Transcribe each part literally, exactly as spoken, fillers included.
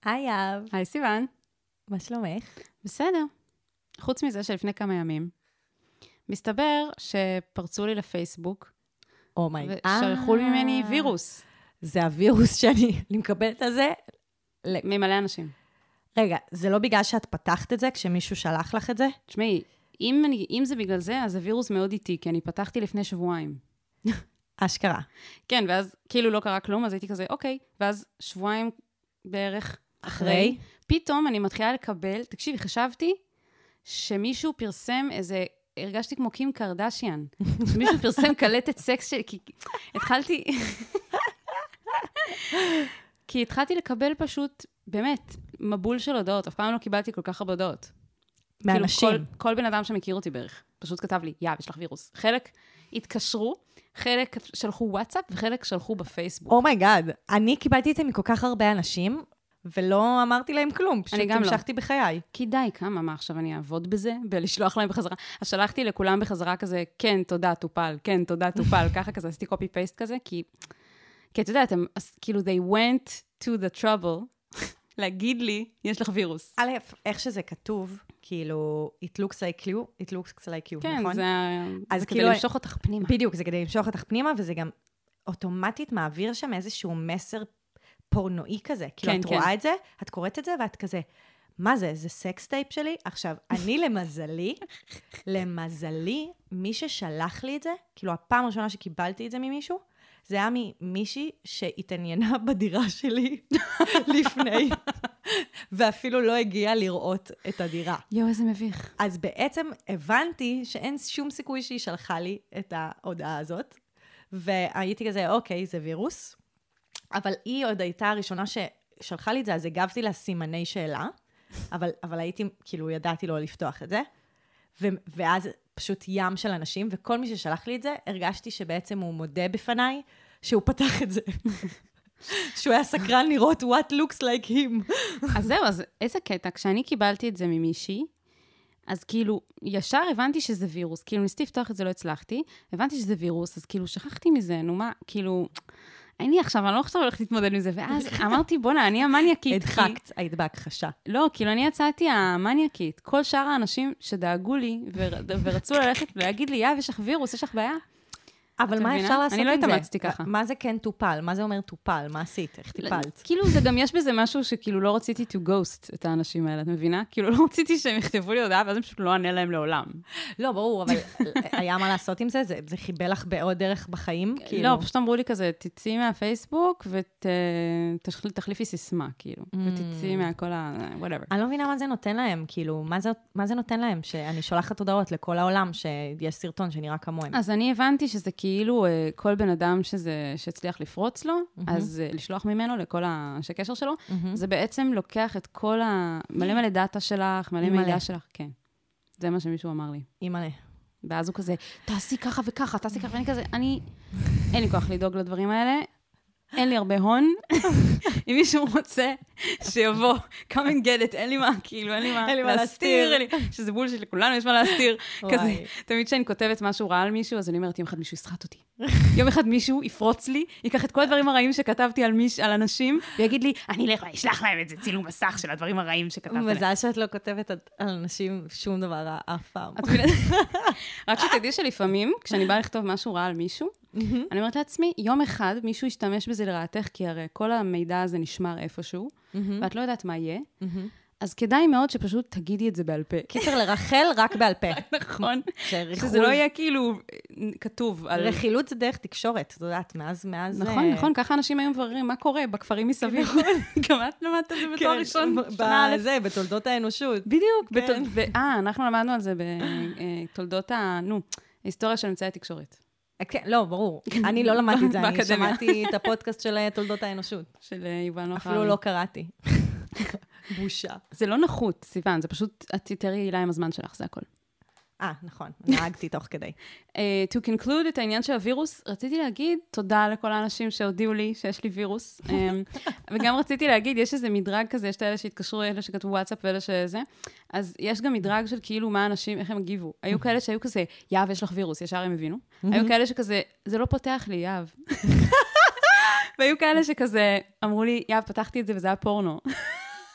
היי יאב. היי סיוון. מה שלומך? בסדר. חוץ מזה שלפני כמה ימים, מסתבר שפרצו לי לפייסבוק, אומייג. ושלחו לי ממני וירוס. זה הווירוס שאני מקבלת על זה. ממלא אנשים. רגע, זה לא בגלל שאת פתחת את זה כשמישהו שלח לך את זה? תשמעי, אם, אני, אם זה בגלל זה, אז הווירוס מאוד איטי, כי אני פתחתי לפני שבועיים. אשכרה. כן, ואז כאילו לא קרה כלום, אז הייתי כזה, אוקיי, ואז שבועיים בערך אחרי, אחרי? פתאום אני מתחילה לקבל, תקשיבי, חשבתי שמישהו פרסם איזה, הרגשתי כמו קים קרדשיאן, שמישהו פרסם קלטת סקס שלי, כי התחלתי, כי התחלתי לקבל פשוט, באמת, מבול של הודעות, אף פעם לא קיבלתי כל כך הרבה הודעות. מאנשים. כאילו כל, כל בן אדם שמכיר אותי בערך, פשוט כתב לי, יא, יש לך וירוס. חלק התקשרו, חלק שלחו וואטסאפ, וחלק שלחו בפייסבוק. אומייגאד, אני קיבלתי את זה מכל כך הרבה אנשים, ולא אמרתי להם כלום, פשוט המשכתי לא. בחיי. כי די, כמה, מה עכשיו אני אעבוד בזה? בלשלוח להם בחזרה. אז שלחתי לכולם בחזרה כזה, כן, תודה, טופל, כן, תודה, טופל, ככה כזה, עשיתי קופי פייסט כזה, כי, כי אתה יודע, אתם, כאילו, they went to the trouble, להגיד לי, יש לך וירוס. א', איך שזה כתוב, כאילו, it looks like you, it looks like you, כן, נכון? זה, אז זה כאילו, כדי למשוך אותך פנימה. בדיוק, זה כדי למשוך אותך פנימה, וזה גם אוטומטית מעביר שם איזשהו מסר פורנואי כזה. כאילו, כן, את כן. רואה את זה, את קוראת את זה, ואת כזה, מה זה? זה סקס טייפ שלי? עכשיו, אני למזלי, למזלי, מי ששלח לי את זה, כאילו, הפעם הראשונה שקיבלתי את זה ממישהו, זה היה ממישהי שהתעניינה בדירה שלי לפני, ואפילו לא הגיעה לראות את הדירה. יו, איזה מביך. אז בעצם הבנתי שאין שום סיכוי שהיא שלחה לי את ההודעה הזאת, והייתי כזה, אוקיי, זה וירוס, אבל היא עוד הייתה הראשונה ששלחה לי את זה, אז הגבתי לה סימני שאלה, אבל, אבל הייתי, כאילו, ידעתי לא לפתוח את זה, ו- ואז פשוט ים של אנשים, וכל מי ששלח לי את זה, הרגשתי שבעצם הוא מודה בפניי, שהוא פתח את זה. שהוא היה סקרן לראות what looks like him. אז זהו, אז איזה קטע, כשאני קיבלתי את זה ממישהי, אז כאילו, ישר הבנתי שזה וירוס, כאילו ניסיתי לפתוח את זה, לא הצלחתי, הבנתי שזה וירוס, אז כאילו שכחתי מזה, נו מה, כאילו, אין לי עכשיו, אני לא עכשיו הולכת להתמודד עם זה, ואז אמרתי, בונה, אני המניאקית. הדחקת, היית בהכחשה. לא, כאילו, אני יצאתי המניאקית. כל שאר האנשים שדאגו לי ורצו ללכת ולהגיד לי, יא, יש לך וירוס, יש לך בעיה. אבל מה אפשר לעשות עם זה? אני לא התאמצתי ככה. מה זה כן טופל? מה זה אומר טופל? מה עשית? איך טיפלת? כאילו, זה גם יש בזה משהו שכאילו לא רציתי to ghost את האנשים האלה, את מבינה? כאילו, לא רציתי שהם יכתבו לי הודעה, ואז הם פשוט לא ענה להם לעולם. לא, ברור, אבל היה מה לעשות עם זה? זה חיבל לך בעוד דרך בחיים? לא, פשוט אמרו לי כזה, תצאי מהפייסבוק ותחליפי סיסמה, כאילו. ותצאי מהכל ה... whatever. אני לא מבינה מה זה נותן להם, כאילו, מה זה נותן להם? שאני שולחת הודעות לכל העולם שיש סרטון שנראה כמוהם. אז אני הבנתי שזה כאילו כל בן אדם שזה, שהצליח לפרוץ לו, mm-hmm. אז לשלוח ממנו לכל הקשר שלו, mm-hmm. זה בעצם לוקח את כל ה... מלא מלא דאטה שלך, מלא מידע שלך, כן. זה מה שמישהו אמר לי. אימא'לה. ואז הוא כזה, תעשי ככה וככה, תעשי ככה, ואני כזה, אני... אין לי כוח לדאוג לדברים האלה, אין לי הרבה הון. אם מישהו רוצה שיבוא, come and get it, אין לי מה, כאילו, אין לי מה להסתיר, שזה בולשיט לכולנו, יש מה להסתיר. כזה, תמיד כשאני כותבת משהו רע על מישהו, אז אני אומרת, יום אחד מישהו יסחט אותי. יום אחד מישהו יפרוץ לי, ייקח את כל הדברים הרעים שכתבתי על מיש, על אנשים, ויגיד לי, אני אלך ואשלח להם את זה, צילום מסך של הדברים הרעים שכתבת להם. מזל שאת לא כותבת על אנשים שום דבר רע אף פעם. רק שתדעי שלפעמים, כשאני באה לכתוב משהו רע על מישהו, אני אומרת לעצמי, יום אחד מישהו ישתמש בזה לרעתך, כי הרי כל המידע הזה נשמר איפשהו, ואת לא יודעת מה יהיה, אז כדאי מאוד שפשוט תגידי את זה בעל פה. קיצר לרחל רק בעל פה. נכון. שזה לא יהיה כאילו כתוב על... רכילות זה דרך תקשורת, את יודעת, מאז, מאז... נכון, נכון, ככה אנשים היו מבררים, מה קורה בכפרים מסביב. גם את למדת את זה בתואר ראשון. בזה, בתולדות האנושות. בדיוק. אה, אנחנו למדנו על זה בתולדות ה... נו, ההיסטוריה של אמצעי התקשורת. כן, לא, ברור. אני לא למדתי את זה, אני שמעתי את הפודקאסט של תולדות האנושות. של יובל נוח הררי. אפילו לא קראתי. בושה. זה לא נחות, סיוון, זה פשוט, את יותר יעילה עם הזמן שלך, זה הכל. אה, נכון, נהגתי תוך כדי. To conclude את העניין של הווירוס, רציתי להגיד תודה לכל האנשים שהודיעו לי שיש לי וירוס, וגם רציתי להגיד, יש איזה מדרג כזה, יש את האלה שהתקשרו, אלה שכתבו וואטסאפ ואלה שזה, אז יש גם מדרג של כאילו מה האנשים, איך הם הגיבו. היו כאלה שהיו כזה, יאב, יש לך וירוס, ישר הם הבינו. היו כאלה שכזה, זה לא פותח לי, יאב. והיו כאלה שכזה, אמרו לי, יאב, פתחתי את זה וזה היה פורנו.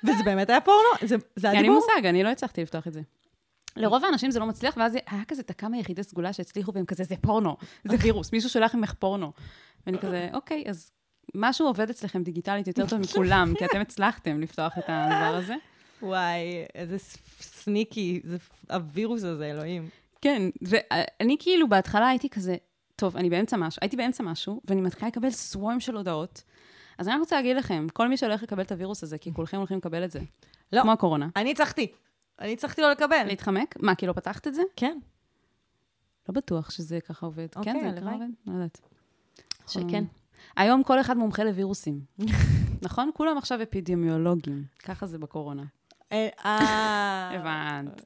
וזה באמת היה פורנו? זה, זה אין לי הדיבור? מושג, אני לא הצלחתי לפתוח את זה. לרוב האנשים זה לא מצליח, ואז היה כזה את כמה יחידי סגולה שהצליחו, והם כזה, זה פורנו, זה וירוס, מישהו שולח ממך פורנו. ואני כזה, אוקיי, אז משהו עובד אצלכם דיגיטלית יותר טוב מכולם, כי אתם הצלחתם לפתוח את הדבר הזה. וואי, איזה סניקי, זה הווירוס הזה, אלוהים. כן, ואני כאילו בהתחלה הייתי כזה, טוב, אני באמצע משהו, הייתי באמצע משהו, ואני מתחילה לקבל סוורם של הודעות. אז אני רוצה להגיד לכם, כל מי שהולך לקבל את הווירוס הזה, כי כולכם הולכים לקבל את זה. לא. כמו הקורונה. אני צריכתי. אני צריכתי לא לקבל. להתחמק? מה, כי לא פתחת את זה? כן. לא בטוח שזה ככה עובד. אוקיי, כן, זה הלוואי. ככה עובד? לא יודעת. שכן. היום כל אחד מומחה לווירוסים. נכון? כולם עכשיו אפידמיולוגים. ככה זה בקורונה. אה... הבנת.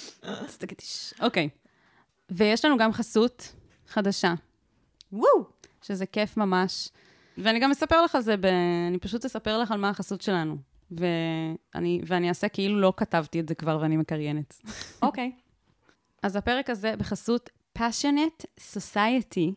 אוקיי. ויש לנו גם חסות חדשה, וואו! שזה כיף ממש. ואני גם אספר לך על זה, ב... אני פשוט אספר לך על מה החסות שלנו. ואני, ואני אעשה כאילו לא כתבתי את זה כבר ואני מקריינת. אוקיי. אז הפרק הזה בחסות Passionate Society,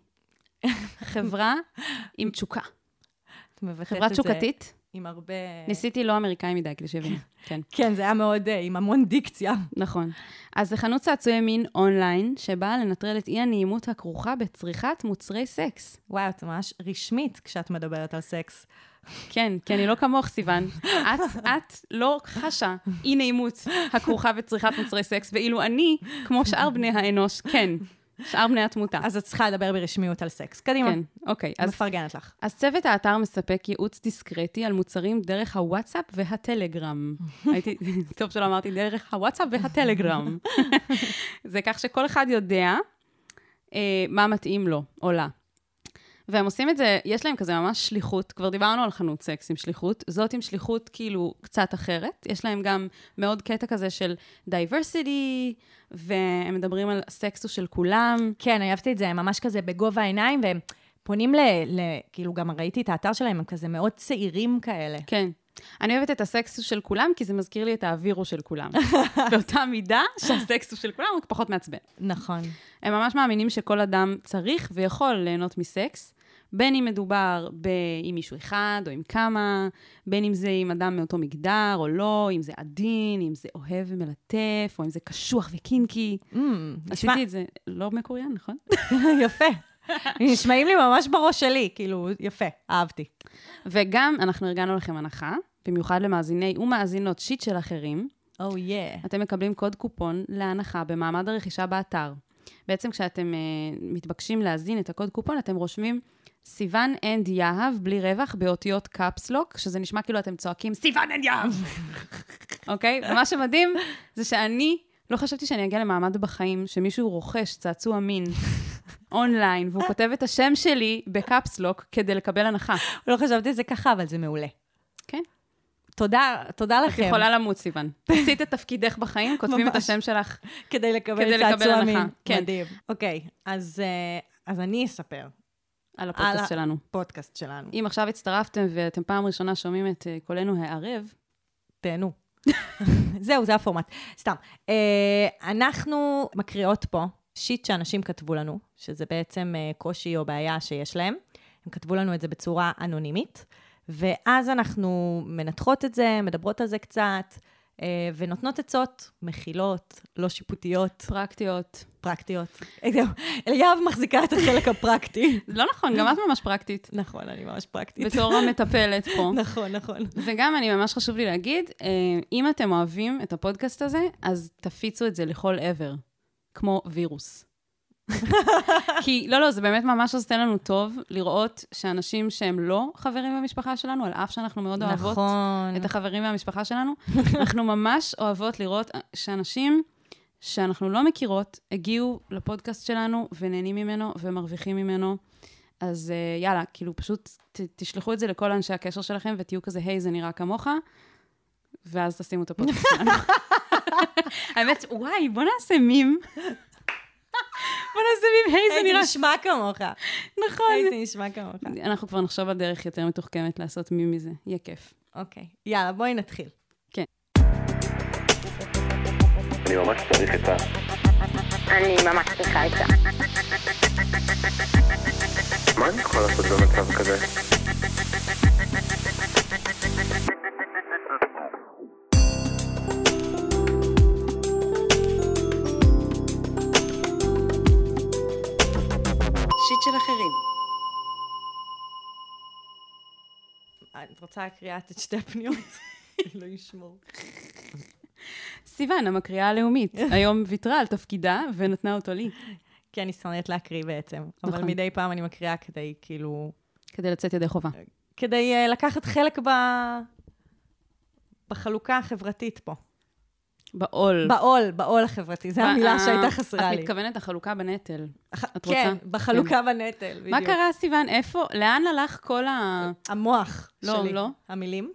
חברה עם תשוקה. את מבטאת חברה את זה תשוקתית. עם הרבה... ניסיתי לא אמריקאי מדי, כדי שיבינו. כן. כן, זה היה מאוד, עם המון דיקציה. נכון. אז זה חנות צעצועי מין אונליין, שבאה לנטרל את אי הנעימות הכרוכה בצריכת מוצרי סקס. וואו, את ממש רשמית כשאת מדברת על סקס. כן, כי אני לא כמוך, סיוון. את, את לא חשה אי נעימות הכרוכה בצריכת מוצרי סקס, ואילו אני, כמו שאר בני האנוש, כן. שאר בני התמותה. אז את צריכה לדבר ברשמיות על סקס. קדימה. כן, אוקיי. אז, מפרגנת לך. אז צוות האתר מספק ייעוץ דיסקרטי על מוצרים דרך הוואטסאפ והטלגרם. הייתי, טוב שלא אמרתי, דרך הוואטסאפ והטלגרם. זה כך שכל אחד יודע אה, מה מתאים לו, או לה. והם עושים את זה, יש להם כזה ממש שליחות, כבר דיברנו על חנות סקס עם שליחות, זאת עם שליחות כאילו קצת אחרת, יש להם גם מאוד קטע כזה של diversity, והם מדברים על סקס של כולם. כן, אהבתי את זה, הם ממש כזה בגובה העיניים, והם פונים ל... ל כאילו גם ראיתי את האתר שלהם, הם כזה מאוד צעירים כאלה. כן. אני אוהבת את הסקס של כולם, כי זה מזכיר לי את האווירו של כולם. באותה מידה שהסקס של כולם הוא פחות מעצבן. נכון. הם ממש מאמינים שכל אדם צריך ויכול ליהנות מסקס, בין אם מדובר ב... עם מישהו אחד או עם כמה, בין אם זה עם אדם מאותו מגדר או לא, אם זה עדין, אם זה אוהב ומלטף, או אם זה קשוח וקינקי. Mm, עשיתי נשמע... את זה לא מקוריין, נכון? יפה. נשמעים לי ממש בראש שלי, כאילו, יפה, אהבתי. וגם אנחנו ארגנו לכם הנחה, במיוחד למאזיני ומאזינות שיט של אחרים. Oh yeah. אתם מקבלים קוד קופון להנחה במעמד הרכישה באתר. בעצם כשאתם uh, מתבקשים להזין את הקוד קופון, אתם רושמים סיוון אנד יהב, בלי רווח, באותיות קאפסלוק, שזה נשמע כאילו אתם צועקים, סיוון אנד יהב! אוקיי? ומה שמדהים זה שאני לא חשבתי שאני אגיע למעמד בחיים, שמישהו רוכש צעצוע מין אונליין, והוא כותב את השם שלי בקאפסלוק כדי לקבל הנחה. לא חשבתי זה ככה, אבל זה מעולה. כן. תודה, תודה לכם. את יכולה למות, סיוון. עשית את תפקידך בחיים, כותבים את השם שלך. כדי לקבל צעצוע מין. מדהים. אוקיי, אז אני אספר. על הפודקאסט שלנו. פודקאסט שלנו. אם עכשיו הצטרפתם ואתם פעם ראשונה שומעים את קולנו הערב, תהנו. זהו, זה הפורמט. סתם. אנחנו מקריאות פה שיט שאנשים כתבו לנו, שזה בעצם קושי או בעיה שיש להם. הם כתבו לנו את זה בצורה אנונימית, ואז אנחנו מנתחות את זה, מדברות על זה קצת, ונותנות עצות, מכילות, לא שיפוטיות. פרקטיות. פרקטיות. אליאב מחזיקה את החלק הפרקטי. לא נכון, גם את ממש פרקטית. נכון, אני ממש פרקטית. בתור המטפלת פה. נכון, נכון. וגם אני ממש חשוב לי להגיד, אם אתם אוהבים את הפודקאסט הזה, אז תפיצו את זה לכל עבר, כמו וירוס. כי, לא, לא, זה באמת ממש עושה לנו טוב לראות שאנשים שהם לא חברים במשפחה שלנו, על אף שאנחנו מאוד אוהבות נכון. את החברים והמשפחה שלנו, אנחנו ממש אוהבות לראות שאנשים שאנחנו לא מכירות, הגיעו לפודקאסט שלנו ונהנים ממנו ומרוויחים ממנו. אז יאללה, כאילו פשוט ת, תשלחו את זה לכל אנשי הקשר שלכם ותהיו כזה, היי, זה נראה כמוך, ואז תשימו את הפודקאסט שלנו. האמת, וואי, בוא נעשה מים. בוא נעשה מים, היי, זה נראה... היי, זה נשמע כמוך. נכון. היי, זה נשמע כמוך. אנחנו כבר נחשוב על דרך יותר מתוחכמת לעשות מים מזה. יהיה כיף. אוקיי. יאללה, בואי נתחיל. כן. אני ממש צריך את ה... אני ממש צריכה את ה... מה אני יכול לעשות במצב כזה? רוצה להקריא את שתי הפניות? לא ישמור. סיוון, המקריאה הלאומית, היום ויתרה על תפקידה ונתנה אותו לי. כי אני שונאת להקריא בעצם. אבל מדי פעם אני מקריאה כדי, כאילו... כדי לצאת ידי חובה. כדי לקחת חלק ב... בחלוקה החברתית פה. בעול. בעול, בעול החברתי. זו המילה שהייתה חסרה לי. את מתכוונת החלוקה בנטל. את רוצה? כן, בחלוקה בנטל, בדיוק. מה קרה, סיוון? איפה? לאן הלך כל ה... המוח לא, שלי. לא. המילים?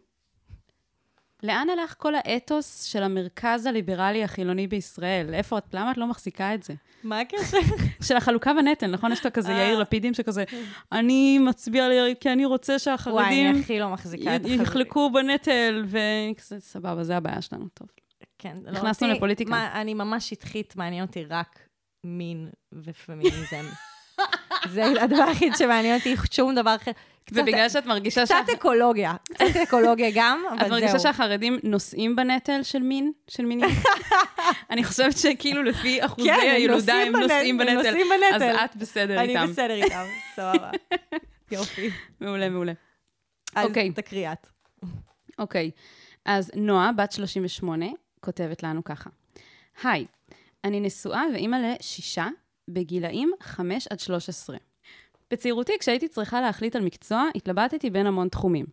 לאן הלך כל האתוס של המרכז הליברלי החילוני בישראל? איפה את? למה את לא מחזיקה את זה? מה הקשר? של החלוקה בנטל, נכון? יש את כזה יאיר לפידים שכזה, אני מצביע לי, כי אני רוצה שהחרדים... וואי, אני הכי לא מחזיקה את החרדים. יחלקו בנטל, וכזה, סבבה, זה הבעיה שלנו, טוב. כן. נכנסנו לפוליטיקה. אני ממש שטחית, מעניין אותי רק מין ופמיניזם. זה הדבר היחיד שמעניין אותי, שום דבר אחר. ובגלל שאת מרגישה... קצת אקולוגיה, קצת אקולוגיה גם, אבל זהו. את מרגישה שהחרדים נושאים בנטל של מין, של מינים? אני חושבת שכאילו לפי אחוזי הילודה הם נושאים בנטל. אז את בסדר איתם. אני בסדר איתם, סבבה. יופי. מעולה, מעולה. אז תקריא את. אוקיי, אז נועה, בת שלושים ושמונה, כותבת לנו ככה. היי, אני נשואה ואימא לשישה, בגילאים חמש עד שלוש עשרה. בצעירותי, כשהייתי צריכה להחליט על מקצוע, התלבטתי בין המון תחומים.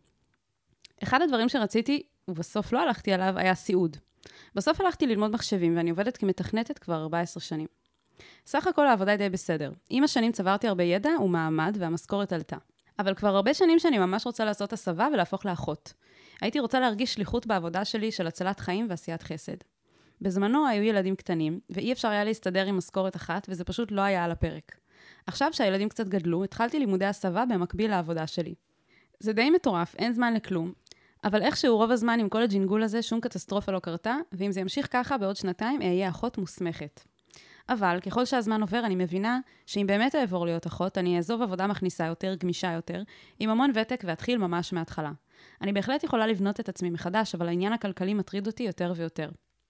אחד הדברים שרציתי, ובסוף לא הלכתי עליו, היה סיעוד. בסוף הלכתי ללמוד מחשבים, ואני עובדת כמתכנתת כבר ארבע עשרה שנים. סך הכל העבודה היא די בסדר. עם השנים צברתי הרבה ידע ומעמד, והמשכורת עלתה. אבל כבר הרבה שנים שאני ממש רוצה לעשות הסבה ולהפוך לאחות. הייתי רוצה להרגיש שליחות בעבודה שלי של הצלת חיים ועשיית חסד. בזמנו היו ילדים קטנים, ואי אפשר היה להסתדר עם משכורת אחת, וזה פשוט לא היה על הפרק. עכשיו שהילדים קצת גדלו, התחלתי לימודי הסבה במקביל לעבודה שלי. זה די מטורף, אין זמן לכלום, אבל איכשהו רוב הזמן עם כל הג'ינגול הזה שום קטסטרופה לא קרתה, ואם זה ימשיך ככה בעוד שנתיים, אהיה אחות מוסמכת. אבל ככל שהזמן עובר, אני מבינה שאם באמת אעבור להיות אחות, אני אעזוב עבודה מכניסה יותר, גמישה יותר, עם המון ותק ואתחיל ממש מההתחלה. אני בהחלט יכולה לבנות את עצמי מחדש, אבל העניין הכלכלי מטריד אותי יותר ויותר.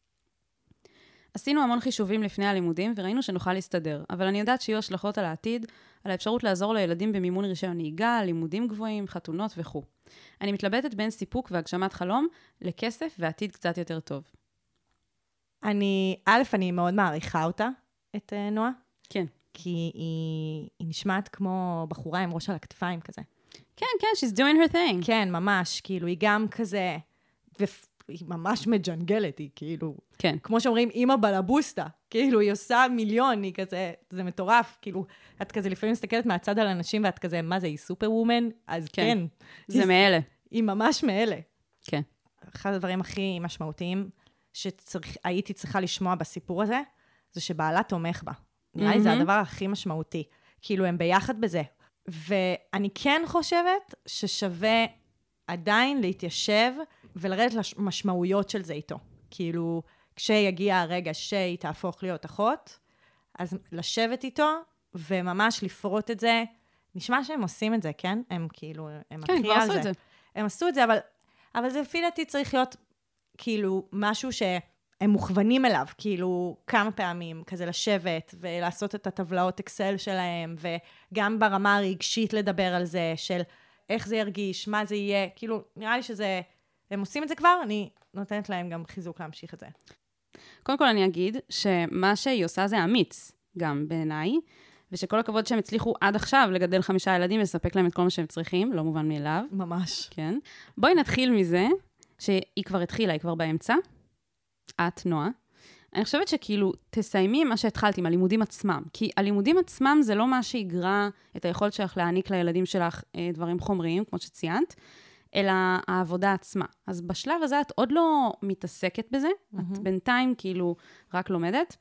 עשינו המון חישובים לפני הלימודים וראינו שנוכל להסתדר, אבל אני יודעת שיהיו השלכות על העתיד, על האפשרות לעזור לילדים במימון רישיון נהיגה, לימודים גבוהים, חתונות וכו'. אני מתלבטת בין סיפוק והגשמת חלום לכסף ועתיד קצת יותר טוב. אני, א', אני מאוד מעריכה אותה, את uh, נועה. כן. כי היא, היא נשמעת כמו בחורה עם ראש על הכתפיים כזה. כן, כן, she's doing her thing. כן, ממש, כאילו, היא גם כזה, והיא ממש מג'נגלת, היא כאילו, כן. כמו שאומרים, אימא בלבוסטה, כאילו, היא עושה מיליון, היא כזה, זה מטורף, כאילו, את כזה לפעמים מסתכלת מהצד על אנשים, ואת כזה, מה זה, היא סופר וומן? אז כן. כן זה היא, מאלה. היא ממש מאלה. כן. אחד הדברים הכי משמעותיים, שהייתי צריכה לשמוע בסיפור הזה, זה שבעלה תומך בה. נראה לי זה הדבר הכי משמעותי. כאילו, הם ביחד בזה. ואני כן חושבת ששווה עדיין להתיישב ולרדת למשמעויות של זה איתו. כאילו, כשיגיע הרגע שהיא תהפוך להיות אחות, אז לשבת איתו וממש לפרוט את זה. נשמע שהם עושים את זה, כן? הם כאילו, הם כן, כבר עשו את זה. הם עשו את זה, אבל, אבל זה לפי דעתי צריך להיות כאילו משהו ש... הם מוכוונים אליו, כאילו, כמה פעמים, כזה לשבת ולעשות את הטבלאות אקסל שלהם, וגם ברמה הרגשית לדבר על זה, של איך זה ירגיש, מה זה יהיה, כאילו, נראה לי שזה, הם עושים את זה כבר, אני נותנת להם גם חיזוק להמשיך את זה. קודם כל אני אגיד שמה שהיא עושה זה אמיץ, גם בעיניי, ושכל הכבוד שהם הצליחו עד עכשיו לגדל חמישה ילדים ולספק להם את כל מה שהם צריכים, לא מובן מאליו. ממש. כן. בואי נתחיל מזה, שהיא כבר התחילה, היא כבר באמצע. את, נועה. אני חושבת שכאילו תסיימי מה שהתחלת עם הלימודים עצמם, כי הלימודים עצמם זה לא מה שיגרע את היכולת שלך להעניק לילדים שלך אה, דברים חומריים, כמו שציינת, אלא העבודה עצמה. אז בשלב הזה את עוד לא מתעסקת בזה, mm-hmm. את בינתיים כאילו רק לומדת,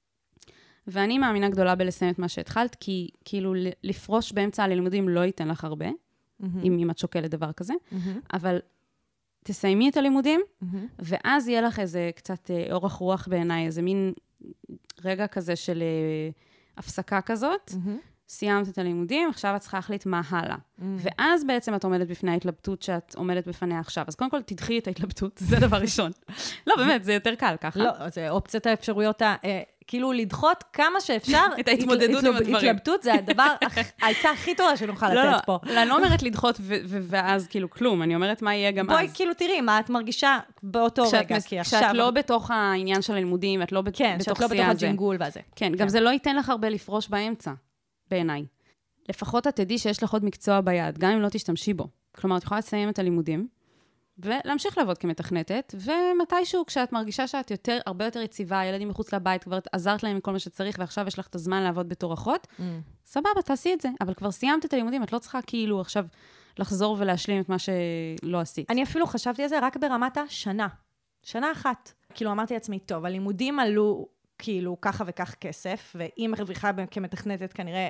ואני מאמינה גדולה בלסיים את מה שהתחלת, כי כאילו לפרוש באמצע הלימודים לא ייתן לך הרבה, mm-hmm. אם, אם את שוקלת דבר כזה, mm-hmm. אבל תסיימי את הלימודים, mm-hmm. ואז יהיה לך איזה קצת אה, אורך רוח בעיניי, איזה מין רגע כזה של אה, הפסקה כזאת, mm-hmm. סיימת את הלימודים, עכשיו את צריכה להחליט מה הלאה. Mm-hmm. ואז בעצם את עומדת בפני ההתלבטות שאת עומדת בפניה עכשיו. אז קודם כל תדחי את ההתלבטות, זה דבר ראשון. לא, באמת, זה יותר קל ככה. לא, זה אופציית האפשרויות, ה, אה, כאילו לדחות כמה שאפשר. את ההתמודדות עם הדברים. התלבטות זה הדבר, העצה הכי טובה שנוכל לתת פה. לא, אני לא אומרת לדחות ואז כאילו כלום, אני אומרת מה יהיה גם אז. בואי כאילו תראי, מה את מרגישה באותו רגע, כי עכשיו... כשאת לא בתוך העניין של הלימודים, את לא בתוך שיאה הזה. כן, שאת לא בתוך הג'ינגול והזה. כן, גם זה לא ייתן לך הרבה לפרוש באמצע, בעיניי. לפחות את תדעי שיש לך עוד מקצוע ביד, גם אם לא תשתמשי בו. כלומר, את יכולה לסיים את הלימודים, ולהמשיך לעבוד כמתכנתת, ומתישהו כשאת מרגישה שאת יותר, הרבה יותר יציבה, ילדים מחוץ לבית, כבר עזרת להם מכל מה שצריך, ועכשיו יש לך את הזמן לעבוד בתור אחות, mm. סבבה, תעשי את זה. אבל כבר סיימת את הלימודים, את לא צריכה כאילו עכשיו לחזור ולהשלים את מה שלא עשית. אני אפילו חשבתי על זה רק ברמת השנה. שנה אחת. כאילו אמרתי לעצמי, טוב, הלימודים עלו כאילו ככה וכך כסף, ואם מרוויחה כמתכנתת כנראה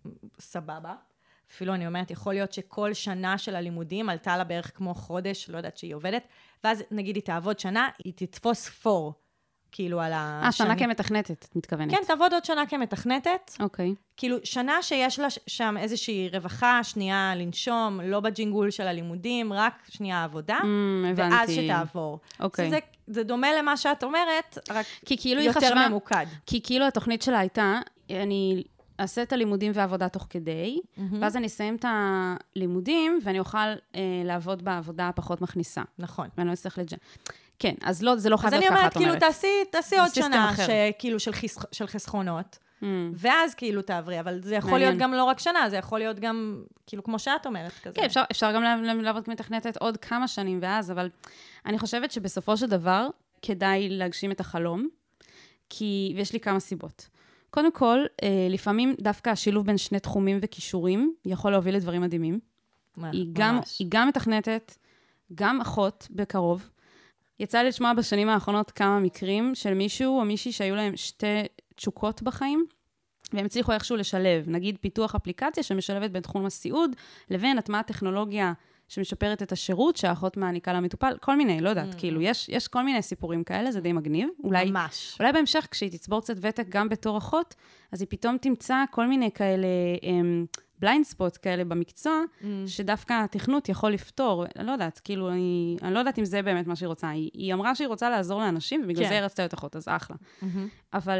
סבבה. אפילו אני אומרת, יכול להיות שכל שנה של הלימודים עלתה לה בערך כמו חודש, לא יודעת שהיא עובדת, ואז נגיד היא תעבוד שנה, היא תתפוס פור, כאילו על השנים. אה, שנה כמתכנתת, את מתכוונת. כן, תעבוד עוד שנה כמתכנתת. אוקיי. כאילו, שנה שיש לה שם איזושהי רווחה, שנייה לנשום, לא בג'ינגול של הלימודים, רק שנייה עבודה, הבנתי. ואז שתעבור. אוקיי. זה, זה דומה למה שאת אומרת, רק כי כאילו יותר חשבה, ממוקד. כי כאילו התוכנית שלה הייתה, אני אעשה את הלימודים ועבודה תוך כדי, mm-hmm. ואז אני אסיים את הלימודים, ואני אוכל אה, לעבוד בעבודה פחות מכניסה. נכון. ואני לא אצטרך לג'ה. כן, אז לא, זה לא חייב להיות ככה, את אומרת. אז אני אומרת, כאילו, תעשי, תעשי עוד שנה, שכאילו של, חס, של חסכונות, mm. ואז כאילו תעברי, אבל זה יכול מעניין. להיות גם לא רק שנה, זה יכול להיות גם, כאילו, כמו שאת אומרת, כזה. כן, אפשר, אפשר גם לעבוד כמתכנתת עוד כמה שנים ואז, אבל אני חושבת שבסופו של דבר, כדאי להגשים את החלום, כי, ויש לי כמה סיבות. קודם כל, לפעמים דווקא השילוב בין שני תחומים וכישורים יכול להוביל לדברים מדהימים. היא גם, היא גם מתכנתת, גם אחות בקרוב. יצא לי לשמוע בשנים האחרונות כמה מקרים של מישהו או מישהי שהיו להם שתי תשוקות בחיים, והם הצליחו איכשהו לשלב, נגיד פיתוח אפליקציה שמשלבת בין תחום הסיעוד, לבין הטמעת טכנולוגיה שמשפרת את השירות שהאחות מעניקה למטופל, כל מיני, לא יודעת, mm. כאילו, יש, יש כל מיני סיפורים כאלה, זה די מגניב. אולי, ממש. אולי בהמשך, כשהיא תצבור קצת ותק גם בתור אחות, אז היא פתאום תמצא כל מיני כאלה, בליינד ספוט כאלה במקצוע, mm. שדווקא התכנות יכול לפתור, אני לא יודעת, כאילו, אני, אני לא יודעת אם זה באמת מה שהיא רוצה. היא, היא אמרה שהיא רוצה לעזור לאנשים, ובגלל כן. זה היא רצתה להיות אחות, אז אחלה. Mm-hmm. אבל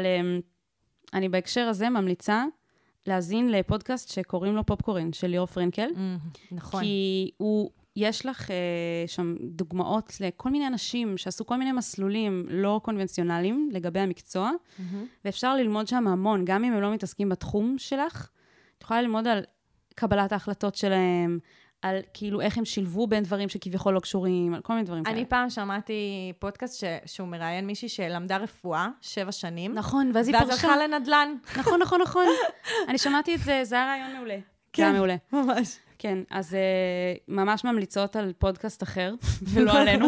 אני בהקשר הזה ממליצה, להזין לפודקאסט שקוראים לו פופקורן, של ליאור פרנקל. Mm, נכון. כי הוא, יש לך uh, שם דוגמאות לכל מיני אנשים שעשו כל מיני מסלולים לא קונבנציונליים לגבי המקצוע, mm-hmm. ואפשר ללמוד שם המון, גם אם הם לא מתעסקים בתחום שלך, את יכולה ללמוד על קבלת ההחלטות שלהם, על כאילו איך הם שילבו בין דברים שכביכול לא קשורים, על כל מיני דברים כאלה. אני פעם שמעתי פודקאסט ש... שהוא מראיין מישהי שלמדה רפואה, שבע שנים. נכון, ואז היא פרשה. ואז הלכה לנדלן. נכון, נכון, נכון. אני שמעתי את זה, זה היה רעיון מעולה. כן, זה היה מעולה. ממש. כן, אז uh, ממש ממליצות על פודקאסט אחר, ולא עלינו.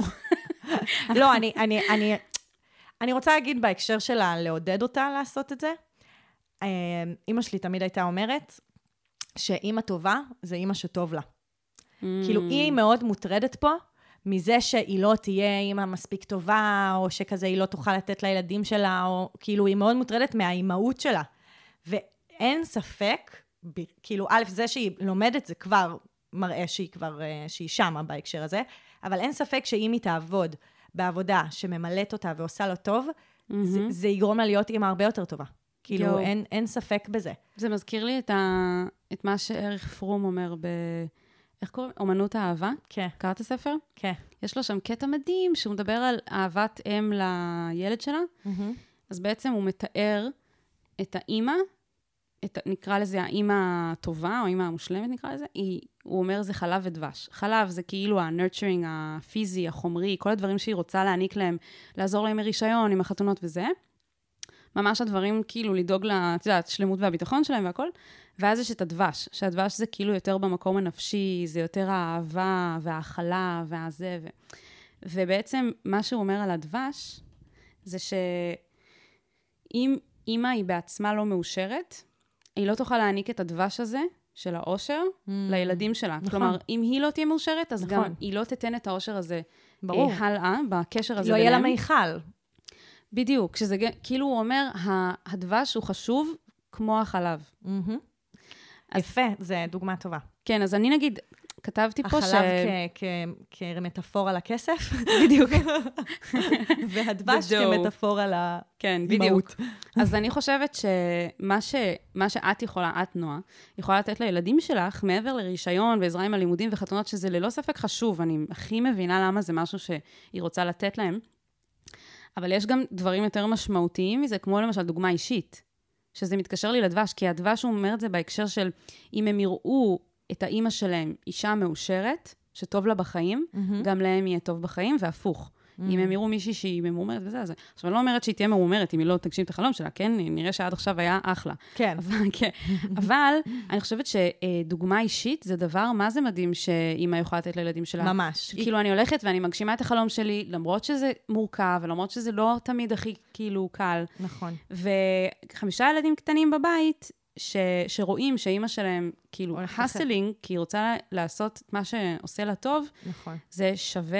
לא, אני, אני, אני, אני רוצה להגיד בהקשר שלה, לעודד אותה לעשות את זה. אמא שלי תמיד הייתה אומרת, שאמא טובה, זה אמא שטוב לה. כאילו, היא מאוד מוטרדת פה, מזה שהיא לא תהיה אימא מספיק טובה, או שכזה היא לא תוכל לתת לילדים שלה, או כאילו, היא מאוד מוטרדת מהאימהות שלה. ואין ספק, כאילו, א', זה שהיא לומדת, זה כבר מראה שהיא כבר, שהיא שמה בהקשר הזה, אבל אין ספק שאם היא תעבוד בעבודה שממלאת אותה ועושה לו טוב, mm-hmm. זה, זה יגרום לה להיות אימא הרבה יותר טובה. כאילו, אין, אין ספק בזה. זה מזכיר לי את, ה... את מה שערך פרום אומר ב... איך קוראים? אומנות האהבה? כן. קראת הספר? כן. יש לו שם קטע מדהים, שהוא מדבר על אהבת אם לילד שלה. Mm-hmm. אז בעצם הוא מתאר את האימא, את, נקרא לזה האימא הטובה, או האימא המושלמת נקרא לזה, היא, הוא אומר זה חלב ודבש. חלב זה כאילו ה-nurturing הפיזי, החומרי, כל הדברים שהיא רוצה להעניק להם, לעזור להם מרישיון, עם החתונות וזה. ממש הדברים כאילו לדאוג לשלמות והביטחון שלהם והכל. ואז יש את הדבש, שהדבש זה כאילו יותר במקום הנפשי, זה יותר האהבה והאכלה והזה. ו... ובעצם מה שהוא אומר על הדבש, זה שאם אמא היא בעצמה לא מאושרת, היא לא תוכל להעניק את הדבש הזה, של האושר, mm. לילדים שלה. נכון. כלומר, אם היא לא תהיה מאושרת, אז נכון. גם היא לא תתן את האושר הזה ברור. הלאה, בקשר הזה לא ביניהם. יהיה לה מיכל. בדיוק, שזה כאילו הוא אומר, הדבש הוא חשוב כמו החלב. Mm-hmm. אז... יפה, זה דוגמה טובה. כן, אז אני נגיד, כתבתי פה ש... החלב כ- כ- כמטאפורה לכסף, בדיוק. והדבש בדיוק. כמטאפורה כן, לאימהות. בדיוק. אז אני חושבת שמה ש... מה שאת יכולה, את נועה, יכולה לתת לילדים שלך, מעבר לרישיון ועזרה עם הלימודים וחתונות, שזה ללא ספק חשוב, אני הכי מבינה למה זה משהו שהיא רוצה לתת להם, אבל יש גם דברים יותר משמעותיים מזה, כמו למשל דוגמה אישית, שזה מתקשר לי לדבש, כי הדבש הוא אומר את זה בהקשר של, אם הם יראו את האימא שלהם אישה מאושרת, שטוב לה בחיים, גם להם יהיה טוב בחיים, והפוך. אם הם יראו מישהי שהיא ממומרת וזה, אז... עכשיו, אני לא אומרת שהיא תהיה ממומרת, אם היא לא תגשים את החלום שלה, כן? נראה שעד עכשיו היה אחלה. כן. אבל אני חושבת שדוגמה אישית זה דבר, מה זה מדהים שאמא יכולה לתת לילדים שלה? ממש. כאילו, אני הולכת ואני מגשימה את החלום שלי, למרות שזה מורכב, ולמרות שזה לא תמיד הכי כאילו קל. נכון. וחמישה ילדים קטנים בבית, ש, שרואים שאימא שלהם, כאילו, הסלינג, כי היא רוצה לעשות מה שעושה לה טוב, נכון. זה שווה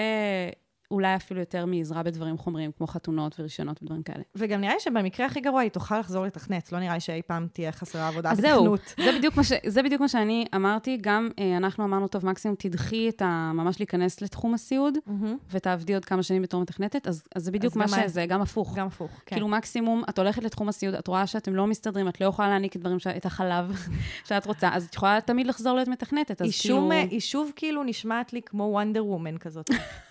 אולי אפילו יותר מעזרה בדברים חומריים, כמו חתונות ורישיונות ודברים כאלה. וגם נראה לי שבמקרה הכי גרוע היא תוכל לחזור לתכנת, לא נראה לי שאי פעם תהיה חסרה עבודה אז בתכנות. זהו, זה בדיוק מה ש, זה בדיוק מה שאני אמרתי, גם אה, אנחנו אמרנו, טוב, מקסימום תדחי את ה... ממש להיכנס לתחום הסיעוד, ותעבדי עוד כמה שנים בתור מתכנתת, אז, אז זה בדיוק מה שזה, גם הפוך. גם הפוך, כן. כאילו מקסימום, את הולכת לתחום הסיעוד, את רואה שאתם לא מסתדרים, את לא יכולה להעניק את דברים, ש... את החלב שאת רוצה, אז את יכולה תמיד לחזור להיות מתכנתת, אז כאילו... היא שוב כאילו נשמעת לי כמו וונדר וומן כזאת.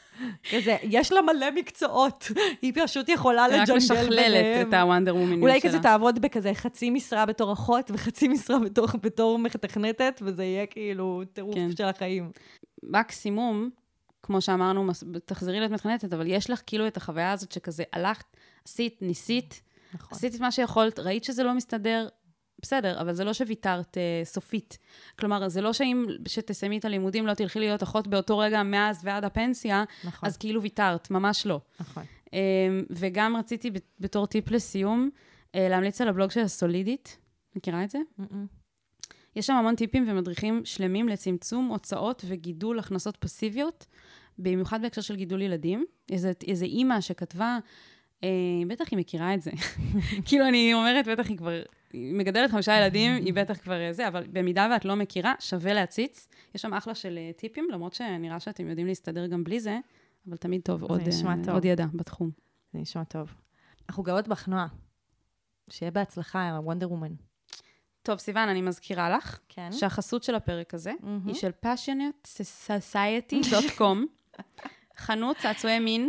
כזה, יש לה מלא מקצועות, היא פשוט יכולה לג'נגל ביניהם. רק משכללת את הוונדר וומן שלה. אולי כזה תעבוד בכזה חצי משרה בתור אחות, וחצי משרה בתור, בתור מתכנתת, וזה יהיה כאילו טירוף כן. של החיים. מקסימום, כמו שאמרנו, תחזרי להיות מתכנתת, אבל יש לך כאילו את החוויה הזאת שכזה הלכת, עשית, ניסית, נכון. עשית את מה שיכולת, ראית שזה לא מסתדר, בסדר, אבל זה לא שוויתרת uh, סופית. כלומר, זה לא שאם שתסיימי את הלימודים לא תלכי להיות אחות באותו רגע מאז ועד הפנסיה, נכון. אז כאילו ויתרת, ממש לא. נכון. Um, וגם רציתי בתור טיפ לסיום, uh, להמליץ על הבלוג של הסולידית. מכירה את זה? Mm-mm. יש שם המון טיפים ומדריכים שלמים לצמצום הוצאות וגידול הכנסות פסיביות, במיוחד בהקשר של גידול ילדים. איזה, איזה אימא שכתבה, אה, בטח היא מכירה את זה. כאילו אני אומרת, בטח היא כבר, היא מגדלת חמישה ילדים, היא בטח כבר זה, אבל במידה ואת לא מכירה, שווה להציץ. יש שם אחלה של טיפים, למרות שנראה שאתם יודעים להסתדר גם בלי זה, אבל תמיד טוב, עוד, טוב. עוד ידע בתחום. זה נשמע טוב. אנחנו גאות בך, נועה. שיהיה בהצלחה, וונדר וומן. טוב, סיוון, אני מזכירה לך, כן. שהחסות של הפרק הזה mm-hmm. היא של passionate society דוט קום, חנות צעצועי מין,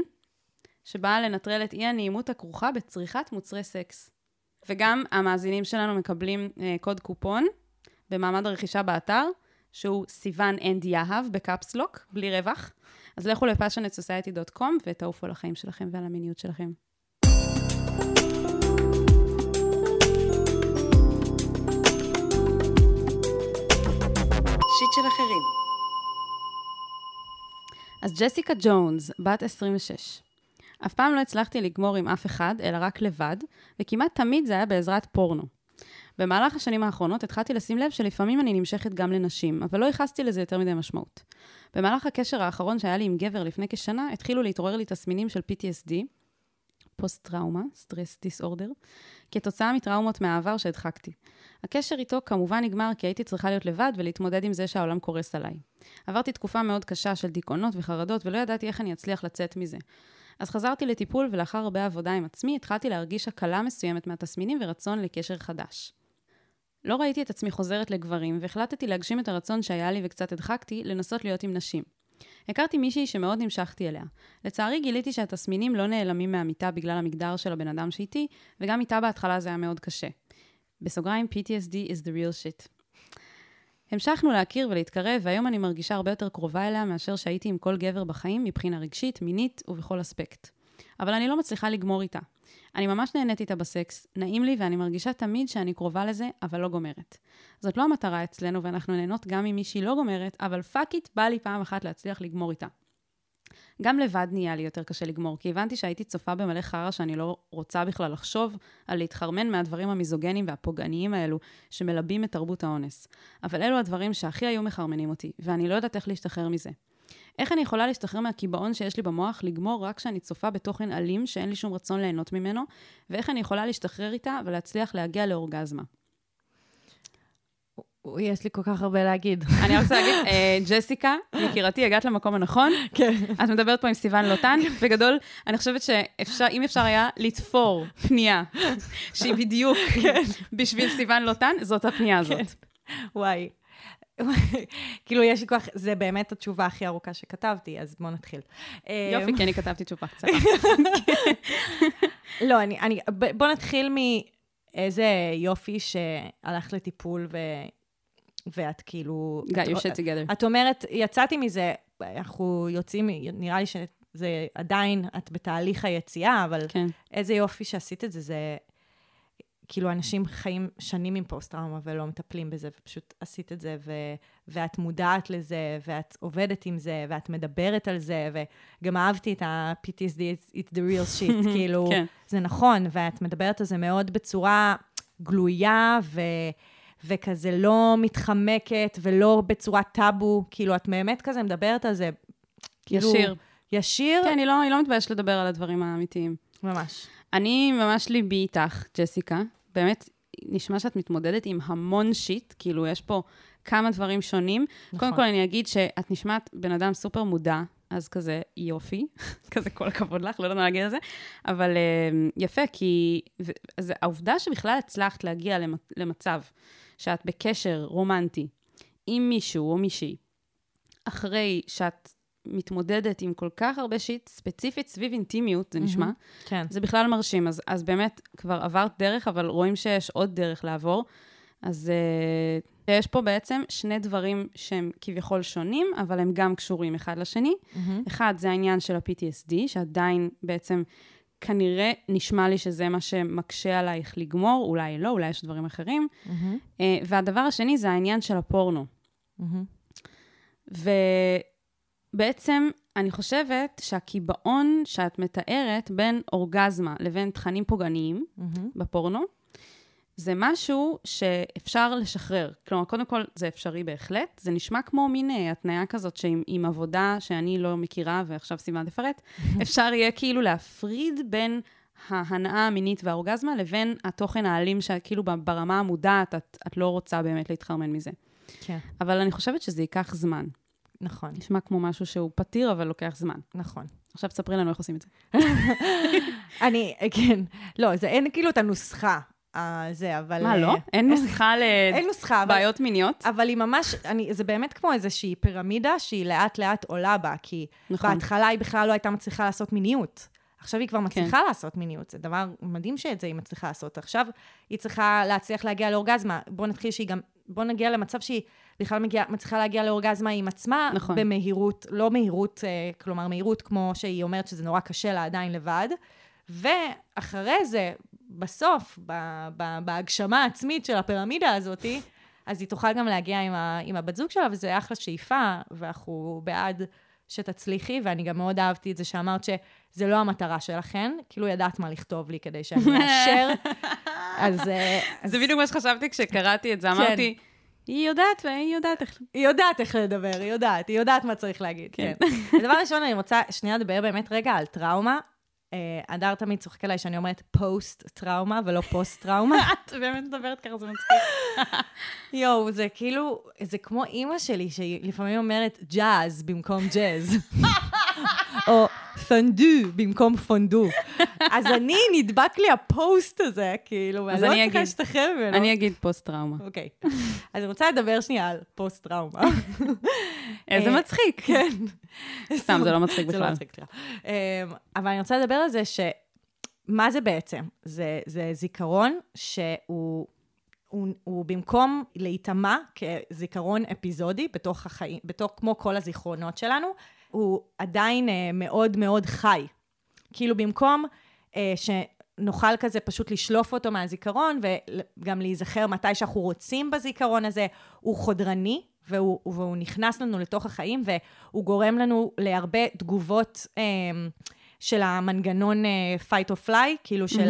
שבאה לנטרל את אי הנעימות הכרוכה בצריכת מוצרי סקס. וגם המאזינים שלנו מקבלים uh, קוד קופון במעמד הרכישה באתר, שהוא סיוון אנד יהב בקפסלוק, בלי רווח. אז לכו ל-passionate society דוט קום ותעופו על החיים שלכם ועל המיניות שלכם. שיט של אחרים. אז ג'סיקה ג'ונס, בת עשרים ושש. אף פעם לא הצלחתי לגמור עם אף אחד, אלא רק לבד, וכמעט תמיד זה היה בעזרת פורנו. במהלך השנים האחרונות התחלתי לשים לב שלפעמים אני נמשכת גם לנשים, אבל לא ייחסתי לזה יותר מדי משמעות. במהלך הקשר האחרון שהיה לי עם גבר לפני כשנה, התחילו להתעורר לי תסמינים של פי טי אס די, פוסט-טראומה, סטרס דיסאורדר, כתוצאה מטראומות מהעבר שהדחקתי. הקשר איתו כמובן נגמר כי הייתי צריכה להיות לבד ולהתמודד עם זה שהעולם קורס עליי. עברתי תקופה מאוד קשה של דיכאונות וחרדות ולא ידעתי איך אני אצליח לצאת מזה. אז חזרתי לטיפול ולאחר הרבה עבודה עם עצמי התחלתי להרגיש הקלה מסוימת מהתסמינים ורצון לקשר חדש. לא ראיתי את עצמי חוזרת לגברים והחלטתי להגשים את הרצון שהיה לי וקצת הדחקתי לנסות להיות עם נשים. הכרתי מישהי שמאוד נמשכתי אליה. לצערי גיליתי שהתסמינים לא נעלמים מהמיטה בגלל המגדר של הבן אדם שאיתי, וגם איתה בהתחלה זה היה מאוד קשה. בסוגריים, פי טי אס די is the real shit. המשכנו להכיר ולהתקרב, והיום אני מרגישה הרבה יותר קרובה אליה מאשר שהייתי עם כל גבר בחיים מבחינה רגשית, מינית ובכל אספקט. אבל אני לא מצליחה לגמור איתה. אני ממש נהנית איתה בסקס, נעים לי ואני מרגישה תמיד שאני קרובה לזה, אבל לא גומרת. זאת לא המטרה אצלנו ואנחנו נהנות גם עם מישהי לא גומרת, אבל פאקית בא לי פעם אחת להצליח לגמור איתה. גם לבד נהיה לי יותר קשה לגמור, כי הבנתי שהייתי צופה במלא חרא שאני לא רוצה בכלל לחשוב על להתחרמן מהדברים המיזוגנים והפוגעניים האלו שמלבים את תרבות האונס. אבל אלו הדברים שהכי היו מחרמנים אותי, ואני לא יודעת איך להשתחרר מזה. איך אני יכולה להשתחרר מהקיבעון שיש לי במוח לגמור רק כשאני צופה בתוכן אלים שאין לי שום רצון ליהנות ממנו, ואיך אני יכולה להשתחרר איתה ולהצליח להגיע לאורגזמה. יש לי כל כך הרבה להגיד. אני רוצה להגיד, אה, ג'סיקה, יקירתי, הגעת למקום הנכון. כן. את מדברת פה עם סיוון לוטן. בגדול, אני חושבת שאם אפשר היה לתפור פנייה, שהיא בדיוק בשביל סיוון לוטן, זאת הפנייה הזאת. וואי. כאילו, יש לי כוח, זה באמת התשובה הכי ארוכה שכתבתי, אז בואו נתחיל. יופי, כי אני כתבתי תשובה קצרה. לא, אני, אני, בואו נתחיל מאיזה יופי שהלכת לטיפול ו... ואת כאילו... got your shit together. את אומרת, יצאתי מזה, אנחנו יוצאים, נראה לי שזה עדיין, את בתהליך היציאה, אבל כן. איזה יופי שעשית את זה, זה... כאילו, אנשים חיים שנים עם פוסט-טראומה ולא מטפלים בזה, ופשוט עשית את זה, ו... ואת מודעת לזה, ואת עובדת עם זה, ואת מדברת על זה, וגם אהבתי את ה-פי טי אס די, it's the real shit, כאילו, כן. זה נכון, ואת מדברת על זה מאוד בצורה גלויה, ו... וכזה לא מתחמקת, ולא בצורה טאבו, כאילו, את באמת כזה מדברת על זה, כאילו... ישיר. ישיר? כן, אני לא, אני לא מתביישת לדבר על הדברים האמיתיים. ממש. אני ממש ליבי איתך, ג'סיקה. באמת, נשמע שאת מתמודדת עם המון שיט, כאילו, יש פה כמה דברים שונים. נכון. קודם כל, אני אגיד שאת נשמעת בן אדם סופר מודע, אז כזה יופי, כזה כל הכבוד לך, לא יודעת מה להגיד על זה, אבל uh, יפה, כי אז העובדה שבכלל הצלחת להגיע למצב שאת בקשר רומנטי עם מישהו או מישהי, אחרי שאת מתמודדת עם כל כך הרבה שיט, ספציפית סביב אינטימיות, זה נשמע, mm-hmm. כן. זה בכלל מרשים, אז, אז באמת כבר עברת דרך, אבל רואים שיש עוד דרך לעבור, אז uh, יש פה בעצם שני דברים שהם כביכול שונים, אבל הם גם קשורים אחד לשני. Mm-hmm. אחד, זה העניין של ה-פי טי אס די, שעדיין בעצם כנראה נשמע לי שזה מה שמקשה עלייך לגמור, אולי לא, אולי יש דברים אחרים. Mm-hmm. Uh, והדבר השני זה העניין של הפורנו. Mm-hmm. ובעצם אני חושבת שהקיבעון שאת מתארת בין אורגזמה לבין תכנים פוגעניים mm-hmm. בפורנו, זה משהו שאפשר לשחרר. כלומר, קודם כל, זה אפשרי בהחלט. זה נשמע כמו מין התניה כזאת שעם עם עבודה שאני לא מכירה, ועכשיו סיוון תפרט, אפשר יהיה כאילו להפריד בין ההנאה המינית והאורגזמה, לבין התוכן האלים שכאילו ברמה המודעת, את, את לא רוצה באמת להתחרמן מזה. כן. אבל אני חושבת שזה ייקח זמן. נכון. נשמע כמו משהו שהוא פתיר, אבל לוקח זמן. נכון. עכשיו תספרי לנו איך עושים את זה. אני, כן. לא, זה אין כאילו את הנוסחה. זה, אבל... מה, לא? אין נוסחה לבעיות מיניות? אבל היא ממש, זה באמת כמו איזושהי פירמידה שהיא לאט לאט עולה בה, כי בהתחלה היא בכלל לא הייתה מצליחה לעשות מיניות. עכשיו היא כבר מצליחה לעשות מיניות. זה דבר מדהים שאת זה היא מצליחה לעשות. עכשיו היא צריכה להצליח להגיע לאורגזמה. בוא נתחיל שהיא גם, בוא נגיע למצב שהיא בכלל מצליחה להגיע לאורגזמה עם עצמה, במהירות, לא מהירות, כלומר מהירות כמו שהיא אומרת שזה נורא קשה לה עדיין לבד. ואחרי זה, בסוף, בהגשמה העצמית של הפירמידה הזאת, אז היא תוכל גם להגיע עם, ה, עם הבת זוג שלה, וזה אחלה שאיפה, ואנחנו בעד שתצליחי, ואני גם מאוד אהבתי את זה שאמרת שזה לא המטרה שלכן, כאילו ידעת מה לכתוב לי כדי שאני אאשר. אז, זה בדיוק מה שחשבתי כשקראתי את זה, אמרתי, היא יודעת, והיא יודעת איך... היא יודעת איך לדבר, היא יודעת, היא יודעת מה צריך להגיד, כן. הדבר ראשון, אני רוצה שנייה לדבר באמת רגע על טראומה, הדר תמיד צוחק עליי שאני אומרת פוסט-טראומה ולא פוסט-טראומה. את באמת מדברת ככה, זה מצחיק. יואו, זה כאילו, זה כמו אימא שלי, שהיא לפעמים אומרת ג'אז במקום ג'אז. או פונדו במקום פונדו. אז אני, נדבק לי הפוסט הזה, כאילו, ואני לא צריכה להשתחרר ממנו. אני אגיד פוסט-טראומה. אוקיי. אז אני רוצה לדבר שנייה על פוסט-טראומה. איזה מצחיק. כן. סתם, זה לא מצחיק בכלל. זה לא מצחיק, תראה. אבל אני רוצה לדבר על זה ש... מה זה בעצם? זה זיכרון שהוא... הוא במקום להיטמע כזיכרון אפיזודי בתוך החיים, בתוך כמו כל הזיכרונות שלנו, הוא עדיין מאוד מאוד חי. כאילו במקום שנוכל כזה פשוט לשלוף אותו מהזיכרון, וגם להיזכר מתי שאנחנו רוצים בזיכרון הזה, הוא חודרני, והוא, והוא נכנס לנו לתוך החיים, והוא גורם לנו להרבה תגובות של המנגנון fight or fly, כאילו של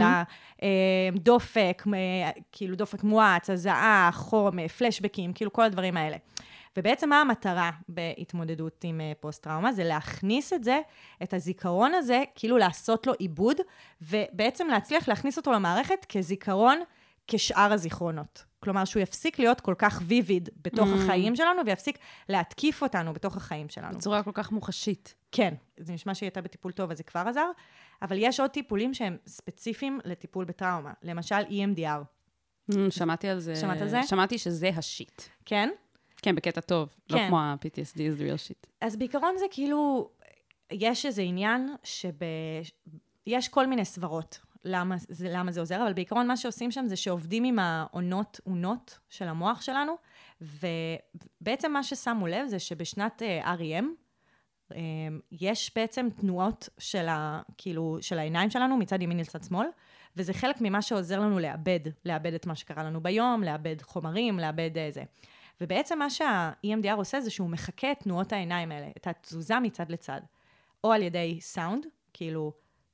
הדופק, כאילו דופק מואץ, הזעה, חום, פלשבקים, כאילו כל הדברים האלה. ובעצם מה המטרה בהתמודדות עם פוסט-טראומה? זה להכניס את זה, את הזיכרון הזה, כאילו לעשות לו עיבוד, ובעצם להצליח להכניס אותו למערכת כזיכרון כשאר הזיכרונות. כלומר, שהוא יפסיק להיות כל כך ויביד בתוך mm. החיים שלנו, ויפסיק להתקיף אותנו בתוך החיים שלנו. בצורה כל כך מוחשית. כן, זה נשמע שהיא הייתה בטיפול טוב, אז זה כבר עזר, אבל יש עוד טיפולים שהם ספציפיים לטיפול בטראומה, למשל E M D R. Mm, שמעתי על זה. שמעת על זה? שמעתי שזה השיט. כן? כן, בקטע טוב. כן. לא כמו ה-P T S D is the real shit. אז בעיקרון זה כאילו, יש איזה עניין שב... יש כל מיני סברות למה זה, למה זה עוזר, אבל בעיקרון מה שעושים שם זה שעובדים עם העונות, עונות של המוח שלנו, ובעצם מה ששמו לב זה שבשנת R E M, יש בעצם תנועות של, ה, כאילו, של העיניים שלנו מצד ימין לצד שמאל, וזה חלק ממה שעוזר לנו לאבד, לאבד את מה שקרה לנו ביום, לאבד חומרים, לאבד זה. ובעצם מה שה-E M D R עושה זה שהוא מחכה את תנועות העיניים האלה, את התזוזה מצד לצד, או על ידי סאונד, כאילו,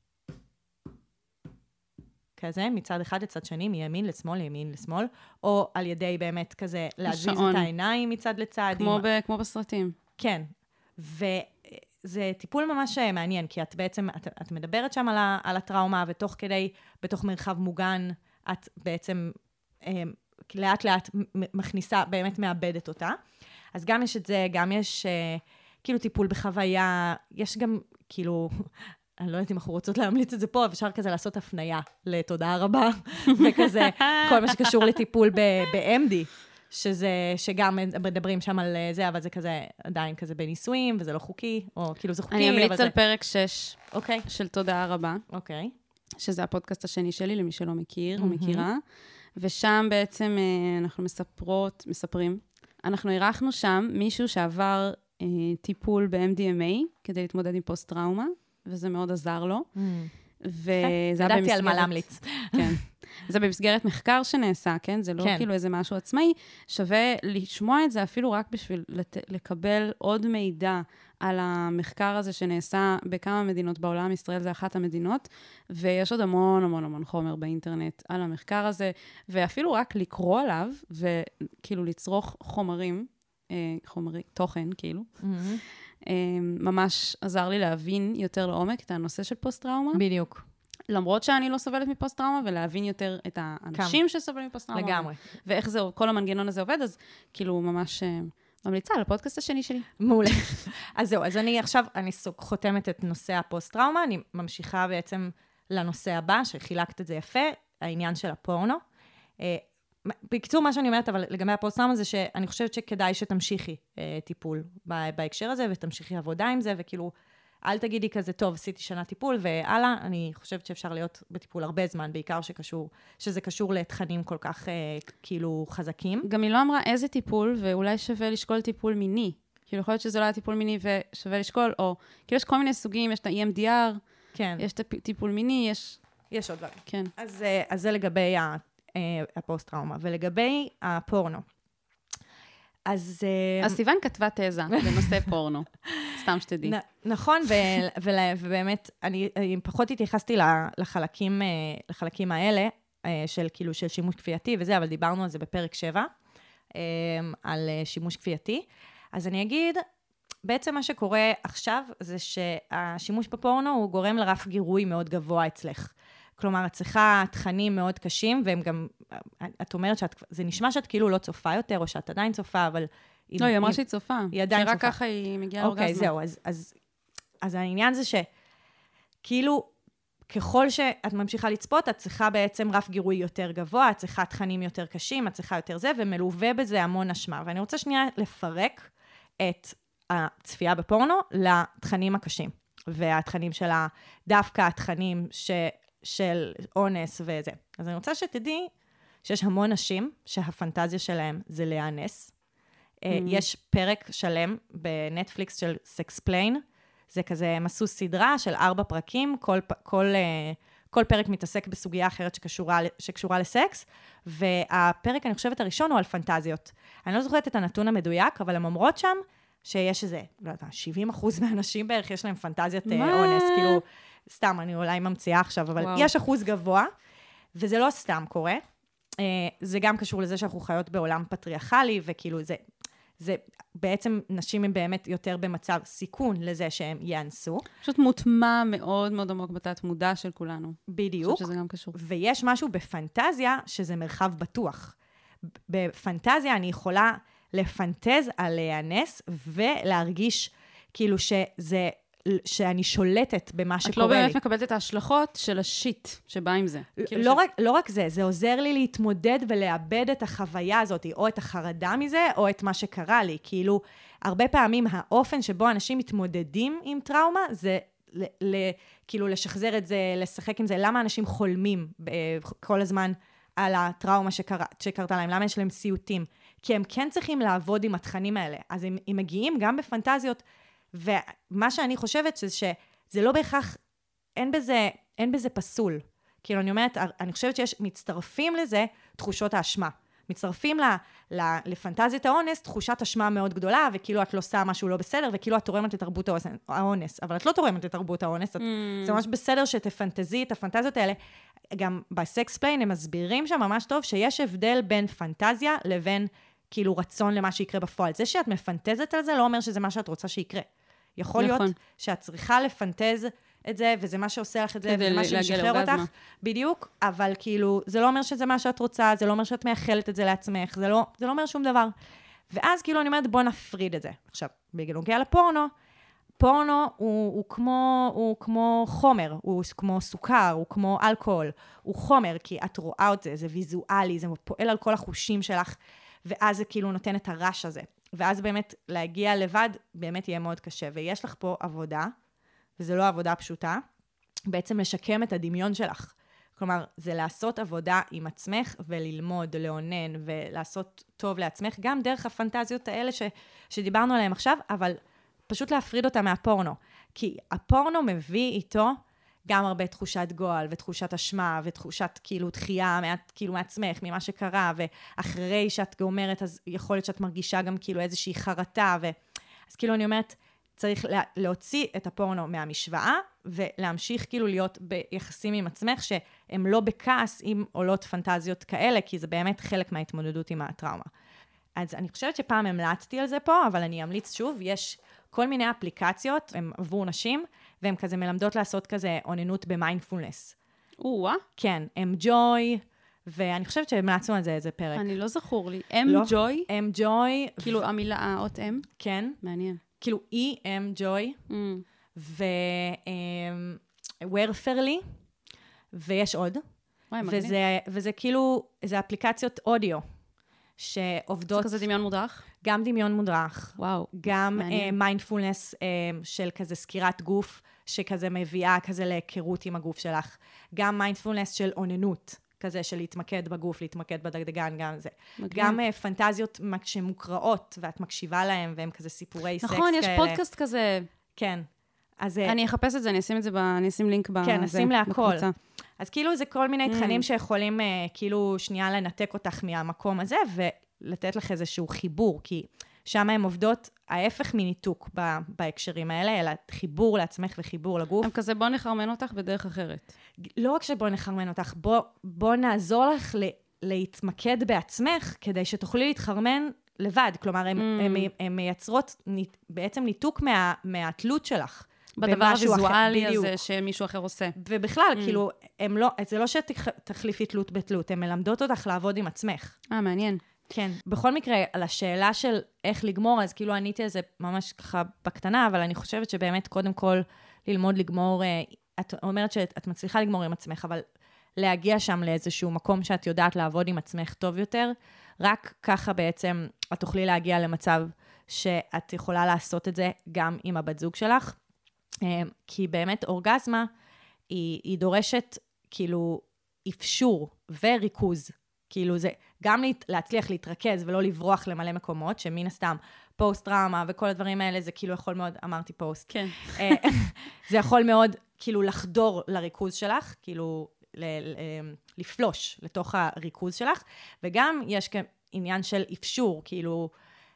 כזה, מצד אחד לצד שני, מימין לשמאל, לימין לשמאל, או על ידי באמת כזה להזיז את העיניים מצד לצד. כמו, עם... ב, כמו בסרטים. כן, וזה טיפול ממש מעניין, כי את בעצם, את, את מדברת שם על, ה, על הטראומה, ותוך כדי, בתוך מרחב מוגן, את בעצם לאט לאט מכניסה, באמת מאבדת אותה. אז גם יש את זה, גם יש כאילו טיפול בחוויה, יש גם כאילו... אני לא יודעת אם אנחנו רוצות להמליץ את זה פה, אבל אפשר כזה לעשות הפנייה לתודעה רבה, וכזה, כל מה שקשור לטיפול ב-M D, שזה, שגם מדברים שם על זה, אבל זה כזה, עדיין כזה בניסויים, וזה לא חוקי, או כאילו זה חוקי, אני אמליץ זה... על פרק שש, אוקיי. של תודעה רבה. אוקיי. שזה הפודקאסט השני שלי, למי שלא מכיר או מכירה, ושם בעצם אנחנו מספרות, מספרים, אנחנו אירחנו שם מישהו שעבר אה, טיפול ב-M D M A, כדי להתמודד עם פוסט-טראומה, וזה מאוד עזר לו. וזה ידעתי על מה להמליץ. כן. זה במסגרת מחקר שנעשה, כן? זה לא כאילו איזה משהו עצמאי. שווה לשמוע את זה אפילו רק בשביל לקבל עוד מידע על המחקר הזה שנעשה בכמה מדינות בעולם. ישראל זה אחת המדינות, ויש עוד המון המון המון חומר באינטרנט על המחקר הזה, ואפילו רק לקרוא עליו, וכאילו לצרוך חומרים, חומרי, תוכן, כאילו. ממש עזר לי להבין יותר לעומק את הנושא של פוסט-טראומה. בדיוק. למרות שאני לא סובלת מפוסט-טראומה, ולהבין יותר את האנשים שסובלים מפוסט-טראומה. לגמרי. ואיך זה, כל המנגנון הזה עובד, אז כאילו ממש ממליצה על הפודקאסט השני שלי. מעולה. אז זהו, אז אני עכשיו, אני חותמת את נושא הפוסט-טראומה, אני ממשיכה בעצם לנושא הבא, שחילקת את זה יפה, העניין של הפורנו. בקצור, מה שאני אומרת, אבל לגבי הפוסט-טראומה זה שאני חושבת שכדאי שתמשיכי אה, טיפול בהקשר הזה, ותמשיכי עבודה עם זה, וכאילו, אל תגידי כזה, טוב, עשיתי שנה טיפול, והלאה, אני חושבת שאפשר להיות בטיפול הרבה זמן, בעיקר שקשור, שזה קשור לתכנים כל כך, אה, כאילו, חזקים. גם היא לא אמרה איזה טיפול, ואולי שווה לשקול טיפול מיני. כאילו, יכול להיות שזה לא היה טיפול מיני ושווה לשקול, או, כאילו, יש כל מיני סוגים, יש את ה-E M D R, כן. יש את הטיפול מיני, יש... יש עוד דברים. כן. אז, אז זה לגבי ה... הפוסט-טראומה, ולגבי הפורנו. אז... אז סיוון כתבה תזה בנושא פורנו, סתם שתדעי. נכון, ובאמת, אני פחות התייחסתי לחלקים, לחלקים האלה, של כאילו, של שימוש כפייתי וזה, אבל דיברנו על זה בפרק שבע, על שימוש כפייתי. אז אני אגיד, בעצם מה שקורה עכשיו, זה שהשימוש בפורנו הוא גורם לרף גירוי מאוד גבוה אצלך. כלומר, את צריכה תכנים מאוד קשים, והם גם, את אומרת שזה נשמע שאת כאילו לא צופה יותר, או שאת עדיין צופה, אבל... לא, היא אמרה שהיא צופה. היא עדיין צופה. שרק ככה היא מגיעה לאורגזמה. אוקיי, זהו, אז, אז, אז העניין זה שכאילו, ככל שאת ממשיכה לצפות, את צריכה בעצם רף גירוי יותר גבוה, את צריכה תכנים יותר קשים, את צריכה יותר זה, ומלווה בזה המון אשמה. ואני רוצה שנייה לפרק את הצפייה בפורנו לתכנים הקשים, והתכנים שלה, דווקא התכנים ש... של אונס וזה. אז אני רוצה שתדעי שיש המון נשים שהפנטזיה שלהם זה להאנס. Mm-hmm. יש פרק שלם בנטפליקס של סקספליין, זה כזה, הם עשו סדרה של ארבע פרקים, כל, כל, כל פרק מתעסק בסוגיה אחרת שקשורה, שקשורה לסקס, והפרק, אני חושבת, הראשון הוא על פנטזיות. אני לא זוכרת את הנתון המדויק, אבל הן אומרות שם שיש איזה, לא יודעת, שבעים אחוז מהנשים בערך יש להם פנטזיית אונס, כאילו, סתם, אני אולי ממציאה עכשיו, אבל וואו. יש אחוז גבוה, וזה לא סתם קורה. זה גם קשור לזה שאנחנו חיות בעולם פטריארכלי, וכאילו זה, זה בעצם נשים הן באמת יותר במצב סיכון לזה שהם יאנסו. פשוט מוטמע מאוד מאוד עמוק בתת מודע של כולנו. בדיוק. אני חושבת שזה גם קשור. ויש משהו בפנטזיה שזה מרחב בטוח. בפנטזיה אני יכולה לפנטז על להיאנס ולהרגיש כאילו שזה, שאני שולטת במה שקורה לי. את לא באמת מקבלת את ההשלכות של השיט שבא עם זה. לא רק, לא רק זה, זה עוזר לי להתמודד ולאבד את החוויה הזאת, או את החרדה מזה, או את מה שקרה לי. כאילו, הרבה פעמים האופן שבו אנשים מתמודדים עם טראומה, זה ל, ל, כאילו לשחזר את זה, לשחק עם זה. למה אנשים חולמים כל הזמן על הטראומה שקרה, שקרתה להם? למה יש להם סיוטים? כי הם כן צריכים לעבוד עם התכנים האלה. אז הם, הם מגיעים גם בפנטזיות, ומה שאני חושבת זה שזה לא בהכרח, אין בזה, אין בזה פסול. כאילו אני אומרת, אני חושבת שיש, מצטרפים לזה תחושות האשמה. מצטרפים ל, ל, לפנטזיית האונס, תחושת אשמה מאוד גדולה, וכאילו את לא עושה משהו לא בסדר, וכאילו את תורמת לתרבות האונס, אבל את לא תורמת לתרבות האונס, את, mm. זה ממש בסדר שתפנטזי את הפנטזיות האלה. גם בסקס פליין הם מסבירים שם ממש טוב, שיש הבדל בין פנטזיה לבין כאילו רצון למה שיקרה בפועל. זה שאת מפנטזת על זה לא אומר שזה מה שאת רוצה שיקרה. יכול נכון. להיות שאת צריכה לפנטז את זה, וזה מה שעושה לך את זה, וזה מה שמשחרר אותך, בדיוק, אבל כאילו, זה לא אומר שזה מה שאת רוצה, זה לא אומר שאת מאחלת את זה לעצמך, זה לא, זה לא אומר שום דבר. ואז כאילו אני אומרת, בוא נפריד את זה. עכשיו, בגנוגע לפורנו, פורנו הוא, הוא, כמו, הוא כמו חומר, הוא כמו סוכר, הוא כמו אלכוהול, הוא חומר, כי את רואה את זה, זה ויזואלי, זה פועל על כל החושים שלך, ואז זה כאילו נותן את הרש הזה. ואז באמת להגיע לבד באמת יהיה מאוד קשה. ויש לך פה עבודה, וזו לא עבודה פשוטה, בעצם לשקם את הדמיון שלך. כלומר, זה לעשות עבודה עם עצמך וללמוד, לאונן ולעשות טוב לעצמך, גם דרך הפנטזיות האלה ש, שדיברנו עליהן עכשיו, אבל פשוט להפריד אותה מהפורנו. כי הפורנו מביא איתו גם הרבה תחושת גועל ותחושת אשמה ותחושת כאילו דחייה מעט, כאילו מעצמך, ממה שקרה, ואחרי שאת גומרת, אז יכול להיות שאת מרגישה גם כאילו איזושהי חרטה, ו... אז כאילו אני אומרת, צריך לה, להוציא את הפורנו מהמשוואה, ולהמשיך כאילו להיות ביחסים עם עצמך, שהם לא בכעס עם עולות פנטזיות כאלה, כי זה באמת חלק מההתמודדות עם הטראומה. אז אני חושבת שפעם המלצתי על זה פה, אבל אני אמליץ שוב, יש כל מיני אפליקציות, הם עבור נשים, והן כזה מלמדות לעשות כזה אוננות במיינדפולנס. או-אה. כן, אמג'וי, ואני חושבת שהמלצנו על זה איזה פרק. אני לא זכור לי. אמג'וי? אמג'וי. כאילו המילה, האות אם? כן. מעניין. כאילו אמג'וי, ווורפרלי, ויש עוד. וואי, מגניב. וזה, וזה כאילו, זה אפליקציות אודיו, שעובדות... זה כזה דמיון מודרך? גם דמיון מודרך. וואו, גם מיינדפולנס uh, uh, של כזה סקירת גוף, שכזה מביאה כזה להיכרות עם הגוף שלך. גם מיינדפולנס של אוננות, כזה של להתמקד בגוף, להתמקד בדגדגן, גם זה. מגניב. גם uh, פנטזיות שמוקראות, ואת מקשיבה להם, והם כזה סיפורי נכון, סקס כאלה. נכון, יש פודקאסט כזה. כן. אז... אני אחפש את זה, אני אשים את זה, ב... אני אשים לינק בקבוצה. כן, נשים להכל. אז כאילו זה כל מיני תכנים שיכולים uh, כאילו שנייה לנתק אותך מהמקום הזה, ולתת לך איזשהו חיבור, כי שם הן עובדות ההפך מניתוק ב- בהקשרים האלה, אלא חיבור לעצמך וחיבור לגוף. הם כזה, בוא נחרמן אותך בדרך אחרת. לא רק שבוא נחרמן אותך, בוא, בוא נעזור לך ל- להתמקד בעצמך, כדי שתוכלי להתחרמן לבד. כלומר, הן מייצרות בעצם ניתוק מה, מהתלות שלך. בדבר הוויזואלי הזה שמישהו אחר עושה. ובכלל, כאילו, לא, זה לא שתחליפי תלות בתלות, הן מלמדות אותך לעבוד עם עצמך. אה, מעניין. כן. בכל מקרה, על השאלה של איך לגמור, אז כאילו עניתי על זה ממש ככה בקטנה, אבל אני חושבת שבאמת קודם כל ללמוד לגמור, את אומרת שאת מצליחה לגמור עם עצמך, אבל להגיע שם לאיזשהו מקום שאת יודעת לעבוד עם עצמך טוב יותר, רק ככה בעצם את תוכלי להגיע למצב שאת יכולה לעשות את זה גם עם הבת זוג שלך, כי באמת אורגזמה היא, היא דורשת כאילו אפשור וריכוז, כאילו זה גם להצליח להתרכז ולא לברוח למלא מקומות, שמן הסתם פוסט-טראומה וכל הדברים האלה, זה כאילו יכול מאוד, אמרתי פוסט. כן. זה יכול מאוד כאילו לחדור לריכוז שלך, כאילו ל- ל- לפלוש לתוך הריכוז שלך, וגם יש עניין של אפשור, כאילו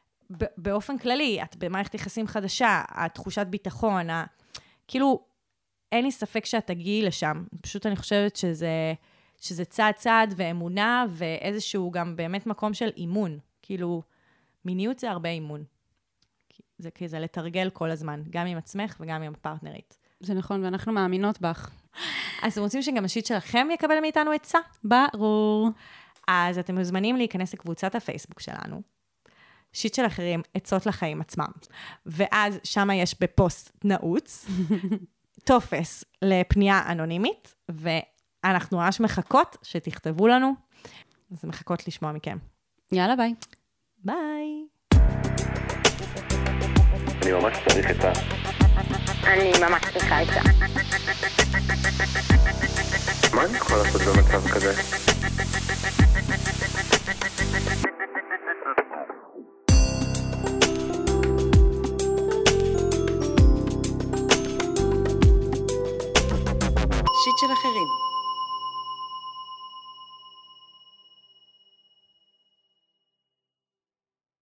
באופן כללי, את במערכת יחסים חדשה, התחושת ביטחון, ה- כאילו אין לי ספק שאת תגיעי לשם, פשוט אני חושבת שזה... שזה צעד צעד ואמונה, ואיזשהו גם באמת מקום של אימון. כאילו, מיניות זה הרבה אימון. זה כזה לתרגל כל הזמן, גם עם עצמך וגם עם הפרטנרית. זה נכון, ואנחנו מאמינות בך. אז אתם רוצים שגם השיט שלכם יקבל מאיתנו עצה? ברור. אז אתם מוזמנים להיכנס לקבוצת הפייסבוק שלנו, שיט של אחרים, עצות לחיים עצמם. ואז שם יש בפוסט נעוץ, טופס לפנייה אנונימית, ואנחנו ממש מחכות שתכתבו לנו, אז מחכות לשמוע מכם. יאללה, ביי. ביי. אני ממש צריך את ה... אני ממש צריכה עצה. מה אני יכול לעשות במצב כזה? שיט של אחרים.